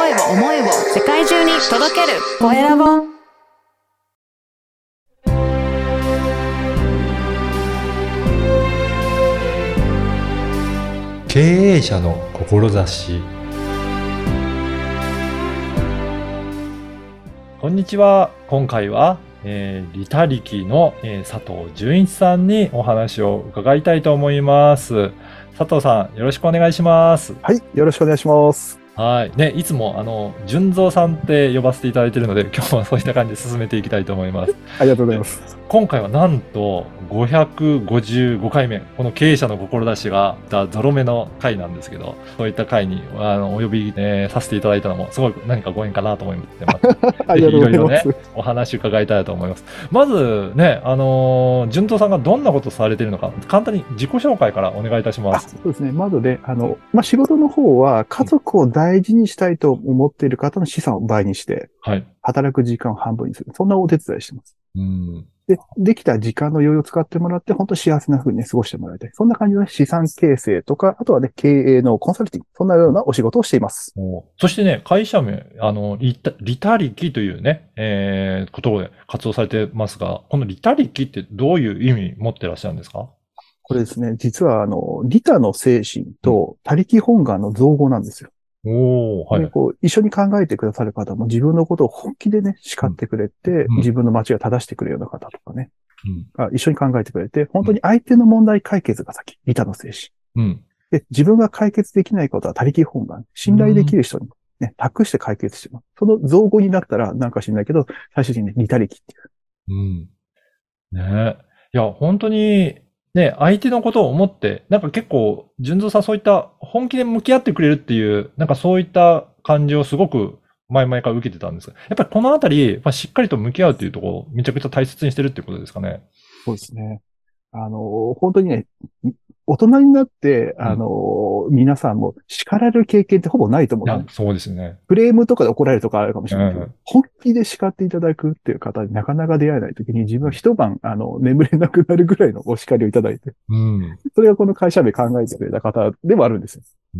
声を世界中に届けるコエラボ。 経営者の志。こんにちは。今回は、リタリキの、佐藤純一さんにお話を伺いたいと思います。佐藤さん、よろしくお願いします。 はい、よろしくお願いします。 はい。ね、いつも、純三さんって呼ばせていただいているので、今日はそういった感じで進めていきたいと思います。 ありがとうございます。 今回はなんと555回目、この経営者の志がゾロ目の回なんですけど、そういった回にお呼び、させていただいたのもすごい何かご縁かなと思います。 ありがとうございます。 ね、お話伺いたいと思います。まずね、純三さんがどんなことをされているのか、簡単に自己紹介からお願いいたします。 そうですね。まずね、仕事の方は家族を大事にしたいと思っている方の資産を倍にして、はい、働く時間を半分にする。そんなお手伝いしてます。できた時間の余裕を使ってもらって、本当に幸せな風にね、過ごしてもらいたい。そんな感じの資産形成とか、あとはね、経営のコンサルティング、そんなようなお仕事をしています。 そしてね、会社名、リタリキというね、ことで活動されてますが、このリタリキってどういう意味持ってらっしゃるんですか？ これですね、実は利他の精神と他力本願の造語なんですよ。はい。で、一緒に考えてくださる方も自分のことを本気でね、叱ってくれて、自分の間違いを正してくれるような方とかね、一緒に考えてくれて、本当に相手の問題解決が先、利他の精神。で、自分が解決できないことは他力本願、信頼できる人にね、託して解決してます。その造語になったらなんか知んないけど、最終的にね、利他力っていう。 ねえ。いや、本当に、ね、相手のことを思って、なんか結構、純三さんそういった本気で向き合ってくれるっていう、なんかそういった感じをすごく前々から受けてたんですが、やっぱりこのあたり、しっかりと向き合うっていうところをめちゃくちゃ大切にしてるっていうことですかね。 そうですね。本当にね、大人になって、皆さんも叱られる経験ってほぼないと思う、ね。 そうですね。 クレームとかで怒られるとかあるかもしれないけど、本気で叱っていただくっていう方になかなか出会えないときに自分は一晩、眠れなくなるぐらいのお叱りをいただいて、それがこの会社名考えてくれた方でもあるんですよ。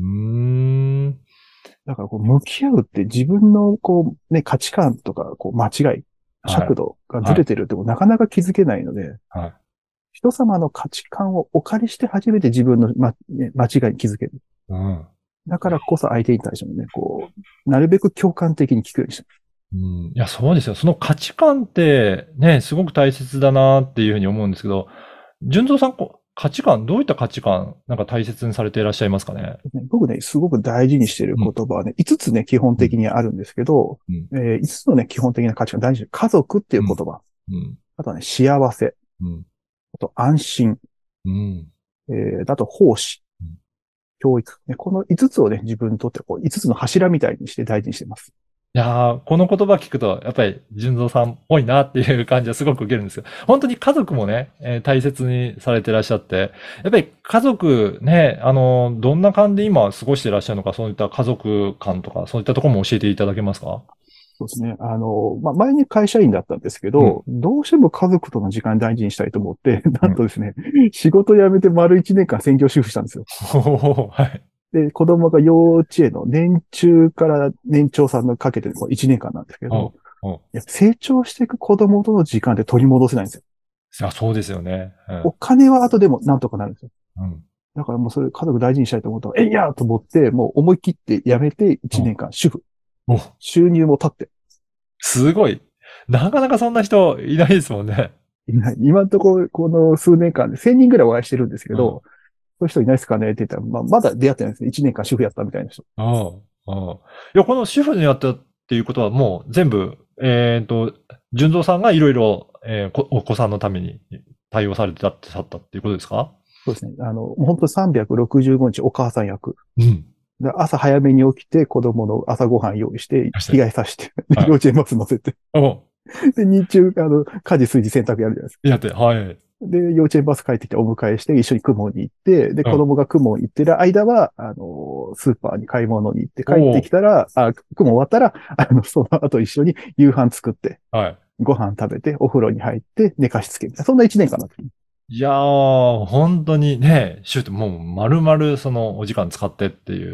だから向き合うって自分の価値観とか間違い、尺度がずれてるってなかなか気づけないので、人様の価値観をお借りして初めて自分の、間違いに気づける。だからこそ相手に対してもね、なるべく共感的に聞くようにしてます。いや、そうですよ。その価値観ってね、すごく大切だなっていうふうに思うんですけど、純三さん、価値観、どういった価値観、なんか大切にされていらっしゃいますかね？ 僕ね、すごく大事にしている言葉はね、5つね、基本的にあるんですけど、5つのね、基本的な価値観大事。家族っていう言葉。あとはね、幸せ。あと、安心。あと、奉仕。教育。この5つをね、自分にとって5つの柱みたいにして大事にしています。 いやー、この言葉聞くと、やっぱり、純三さんっぽいなっていう感じはすごく受けるんですよ。本当に家族もね、大切にされてらっしゃって、やっぱり家族ね、どんな感じで今過ごしてらっしゃるのか、そういった家族観とか、そういったところも教えていただけますか？ そうですね。前に会社員だったんですけど、どうしても家族との時間大事にしたいと思って、なんとですね、仕事辞めて丸1年間専業主婦したんですよ。 はい。 で、子供が幼稚園の年中から年長さんのかけて1年間なんですけど、成長していく子供との時間で取り戻せないんですよ。 そうですよね。 お金は後でもなんとかなるんですよ。だからもうそれ家族大事にしたいと思ったら、いやーと思って、もう思い切って辞めて1年間主婦。収入も立って。 すごい。なかなかそんな人いないですもんね。 いない。今のところ、この数年間で1000人ぐらいお会いしてるんですけど、そういう人いないですかねって言ったら、まだ出会ってないですね。1年間主婦やったみたいな人。 いや、この主婦にやったっていうことはもう全部、純三さんがいろいろ、お子さんのために対応されてたっていうことですか？ そうですね。本当365日お母さん役。朝早めに起きて子供の朝ごはん用意して、着替えさせて、幼稚園バス乗せて。で、日中、家事、炊事、洗濯やるじゃないですか。 やって、はい。 で、幼稚園バス帰ってきてお迎えして一緒に公文に行って、で、子供が公文行ってる間は、スーパーに買い物に行って帰ってきたら、公文終わったら、その後一緒に夕飯作って、ご飯食べて、お風呂に入って、寝かしつけみたいな。そんな1年間だった。 いやー、本当にね、もう丸々そのお時間使ってっていう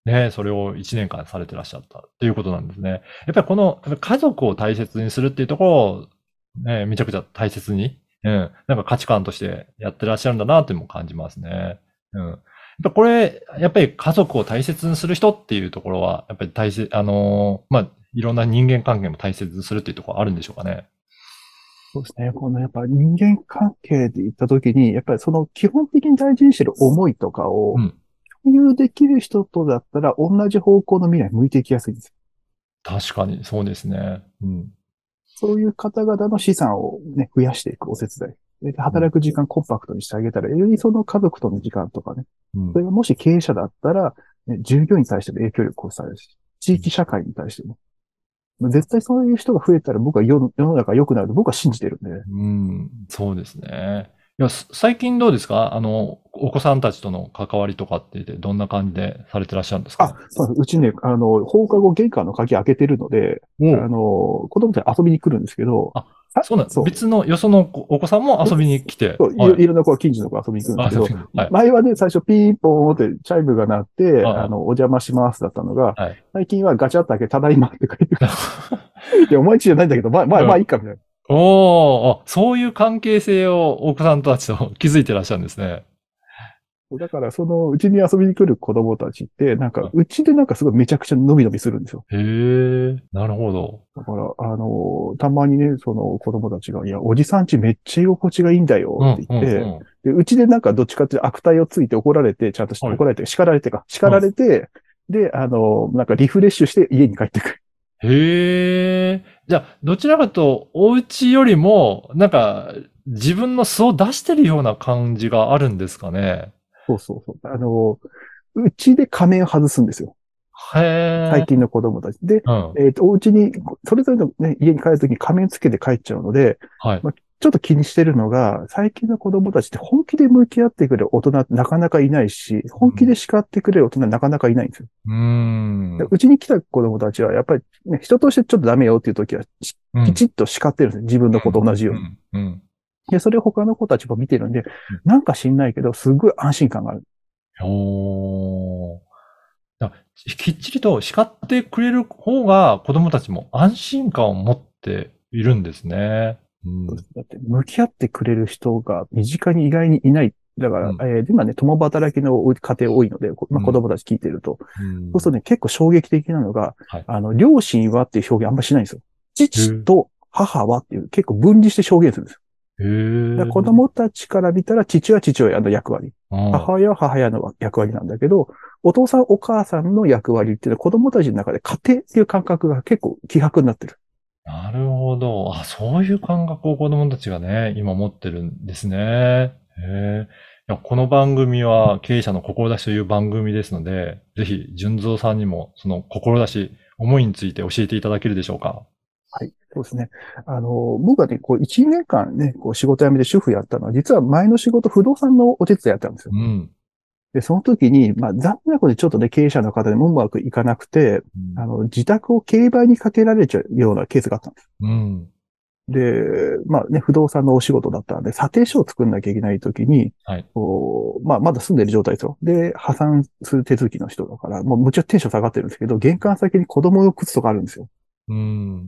ね、それを1年間されてらっしゃったっていうことなんですね。やっぱりこの家族を大切にするっていうところを、ね、めちゃくちゃ大切に、なんか価値観としてやってらっしゃるんだなっていうのも感じますね。やっぱこれ、やっぱり家族を大切にする人っていうところは、やっぱり大切、いろんな人間関係も大切にするっていうところあるんでしょうかね。 そうですね。このやっぱ人間関係で言ったときに、やっぱりその基本的に大事にしてる思いとかをうん。 共有できる人とだったら同じ方向の未来向いていきやすいんですよ。 確かに、そうですね。うん。 そういう方々の資産をね、増やしていくお手伝い。でうん。 働く時間コンパクトにしてあげたら、よりその家族との時間とかね。 うん。 それがもし経営者だったら、ね、従業員に対しての影響力をされるし、地域社会に対しても。絶対そういう人が増えたら僕は世の中良くなると僕は信じてるんで。 うん、そうですね。いや、最近どうですか？お子さんたちとの関わりとかって言って、どんな感じでされてらっしゃるんですか？ あ、そうです。うちね、放課後玄関の鍵開けてるので、 おう。 子供たち遊びに来るんですけど、 あ、そうなん、 そう。 別のよそのお子さんも遊びに来て、 そう、 はい。 いろんな子は近所の子が遊びに来るんですけど、 遊びに、はい。 前はね、最初ピーポーンってチャイムが鳴って、 あお邪魔しますだったのが、 はい。 最近はガチャッと開け、ただいまって書いてくる。いや、お前んちじゃないんだけど、まあいいか、みたいな。 おー、そういう関係性をお子さんたちと築いてらっしゃるんですね。 だから、うちに遊びに来る子供たちって、 はうちですごいめちゃくちゃ伸び伸びするんですよ。 い。へえ、なるほど。 だから、たまにね、その子供たちが、いや、おじさんちめっちゃ居心地がいいんだよってうん、うん、 言って、 うん。 で、うちでどっちかっていうと悪態をついて怒られて、ちゃんとはい。 怒られて、叱うん。 られて、で、リフレッシュして家に帰ってくる。 へえ。じゃあ、どちらかとお家よりも、なんか、自分の素を出してるような感じがあるんですかね。 そうそうそう。うちで仮面を外すんですよ。 へえ。 最近の子供たち。で、 うん。 お家に、それぞれのね、家に帰るときに仮面つけて帰っちゃうので、 はい。 まあ、ちょっと気にしてるのが、最近の子供たちって本気で向き合ってくれる大人ってなかなかいないし、本気で叱ってくれる大人なかなかいないんですよ。 うん。うーん。 でうちに来た子供たちは、やっぱりね、人としてちょっとダメよっていう時は、 うん。 きちっと叱ってるんですよ。自分の子と同じように。 うん。うん。 で、それを他の子たちも見てるんで、 うん。 なんか知んないけど、すごい安心感がある。 おー。きっちりと叱ってくれる方が子供たちも安心感を持っているんですね。うん。 だって、向き合ってくれる人が身近に意外にいない。だかうん。 ら、今ね、共働きの家庭多いので、まあ、子うん。 供たち聞いてると、 うん。 そうするとね、結構衝撃的なのが、 はい。 両親はっていう表現あんましないんですよ。父へえ。 と母はっていう、結構分離して表現するんですよ。 へだから子え。 供たちから見たら、父は父親の役割。 うん。 母親は母親の役割なんだけど、お父さんお母さんの役割っていうのは子供たちの中で家庭っていう感覚が結構希薄になってる。 なるほど。あ、そういう感覚を子供たちがね、今持ってるんですね。へえ。いや、この番組は経営者の志という番組ですので、ぜひ、純蔵さんにもその志、思いについて教えていただけるでしょうか。 はい。そうですね。僕はね、1年間ね、仕事辞めて主婦やったのは、実は前の仕事、不動産のお手伝いやったんですよ。 うん。 で、その時に、まあ、残念なことでちょっとね、経営者の方でもうまくいかなくて、 うん。 自宅を競売にかけられちゃうようなケースがあったんです。 うん。 で、まあね、不動産のお仕事だったんで、査定書を作んなきゃいけない時に、 はい。 まあ、まだ住んでる状態ですよ。で、破産する手続きの人だから、もうむちゃテンション下がってるんですけど、玄関先に子供の靴とかあるんですよ。 うん。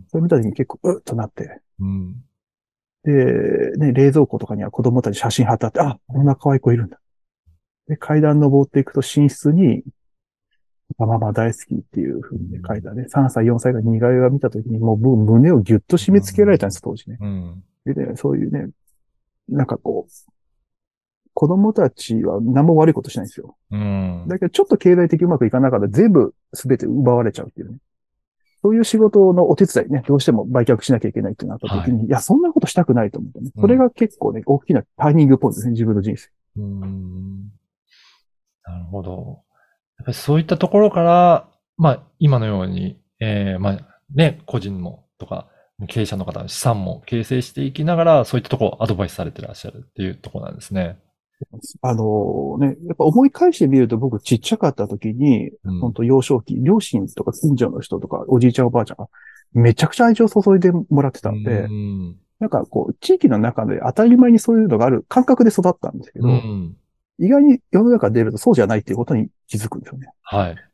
それ見た時に結構、うっとなって。 うん。 で、ね、冷蔵庫とかには子供たち写真貼ってあって、あ、こんな可愛い子いるんだ。で、階段登っていくと寝室に、ママ大好きっていう風にね書いたね、3歳、4歳が似顔絵が見た時に、もう僕胸をギュッと締め付けられたんです、当時ね。 うん。 でね、そういうね、子供たちは何も悪いことしないんですよ。 うん。 だけど、ちょっと経済的うまくいかなかったら全部全て奪われちゃうっていうね。そういう仕事のお手伝いね、どうしても売却しなきゃいけないってなったはい。 時に、いや、そんなことしたくないと思ってね。 うん。 それが結構ね、大きなターニングポイントですね、自分の人生。 うん。なるほど。やっぱりそういったところから、まあ、今のように、まあ、ね、個人もとか、経営者の方の資産も形成していきながら、そういったところをアドバイスされてらっしゃるっていうところなんですね。 やっぱ思い返してみると僕ちっちゃかった時に、 うん。 本当幼少期、両親とか近所の人とか、おじいちゃんおばあちゃんがめちゃくちゃ愛情を注いでもらってうたんで、 ん。 地域の中で当たり前にそういうのがある感覚で育ったんですけうど、 ん。 意外に世の中出るとそうじゃないっていうことに気づくんですよね。 はい。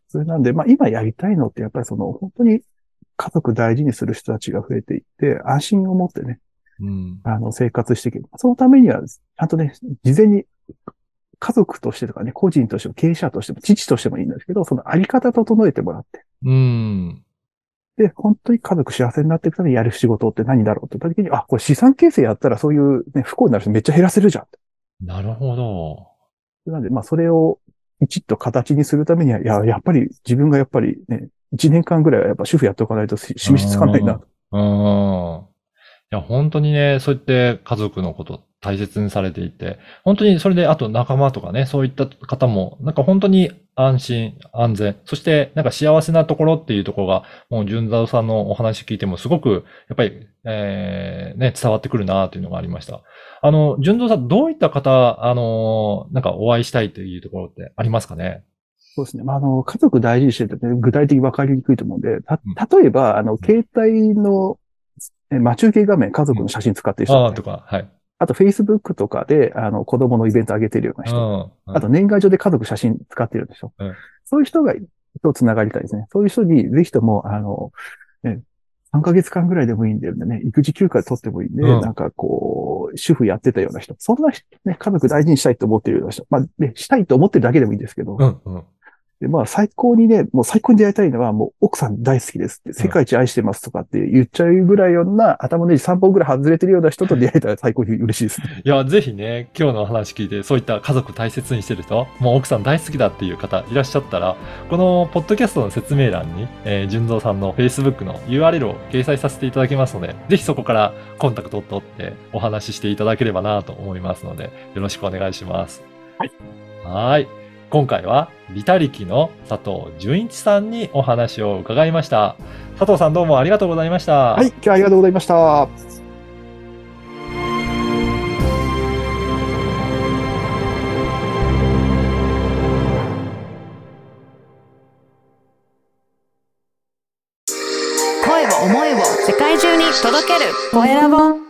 それなんで、今やりたいのってやっぱり本当に家族大事にする人たちが増えていって、安心を持ってね、生活していける。そのためには、ちゃんとね、事前に家族としてとかね、個人としても経営者としても父としてもいいんですけど、そのあり方整えてもらって。で、本当に家族幸せになっていくためにやる仕事って何だろうって言った時に、これ資産形成やったらそういうね、不幸になる人めっちゃ減らせるじゃん。 なるほど。 なんで、それをきちっと形にするためには、やっぱり自分がやっぱりね、1年間ぐらいはやっぱ主婦やっておかないと示しつかないな。 いや、本当にね、そうやって家族のこと大切にされていて、本当にそれであと仲間とかね、そういった方も、なんか本当に安心、安全、そしてなんか幸せなところっていうところが、もう純沢さんのお話聞いてもすごく、やっぱり、伝わってくるなというのがありました。純沢さん、どういった方、なんかお会いしたいというところってありますかね？ そうですね。家族大事にしてるとね、具体的に分かりにくいと思うんで、例えば、携帯の待ち受け画面、家族の写真使ってる人、 とか、はい。 あと、Facebook とかで、子供のイベント上げてるような人。あと、年賀状で家族写真使ってるでしょ。そういう人と繋がりたいですね。そういう人に、ぜひとも、3ヶ月間ぐらいでもいいんだよね。育児休暇取ってもいいんで、なんか主婦やってたような人。そんな人、ね、家族大事にしたいと思ってるような人。したいと思ってるだけでもいいんですけど。で、最高にね、もう最高に出会いたいのは、もう奥さん大好きですって、世界一愛してますとかって言っちゃうぐらいような、頭の3本ぐらい外れてるような人と出会えたら最高に嬉しいですね。 いや、ぜひね、今日の話聞いて、そういった家族大切にしてる人、もう奥さん大好きだっていう方いらっしゃったら、このポッドキャストの説明欄に、純三さんの Facebook の URL を掲載させていただきますので、ぜひそこからコンタクトを取ってお話ししていただければなと思いますので、よろしくお願いします。はい。今回はビタリキの佐藤純一さんにお話を伺いました。佐藤さんどうもありがとうございました。 はい、今日はありがとうございました。 声を思いを世界中に届けるコエラボ。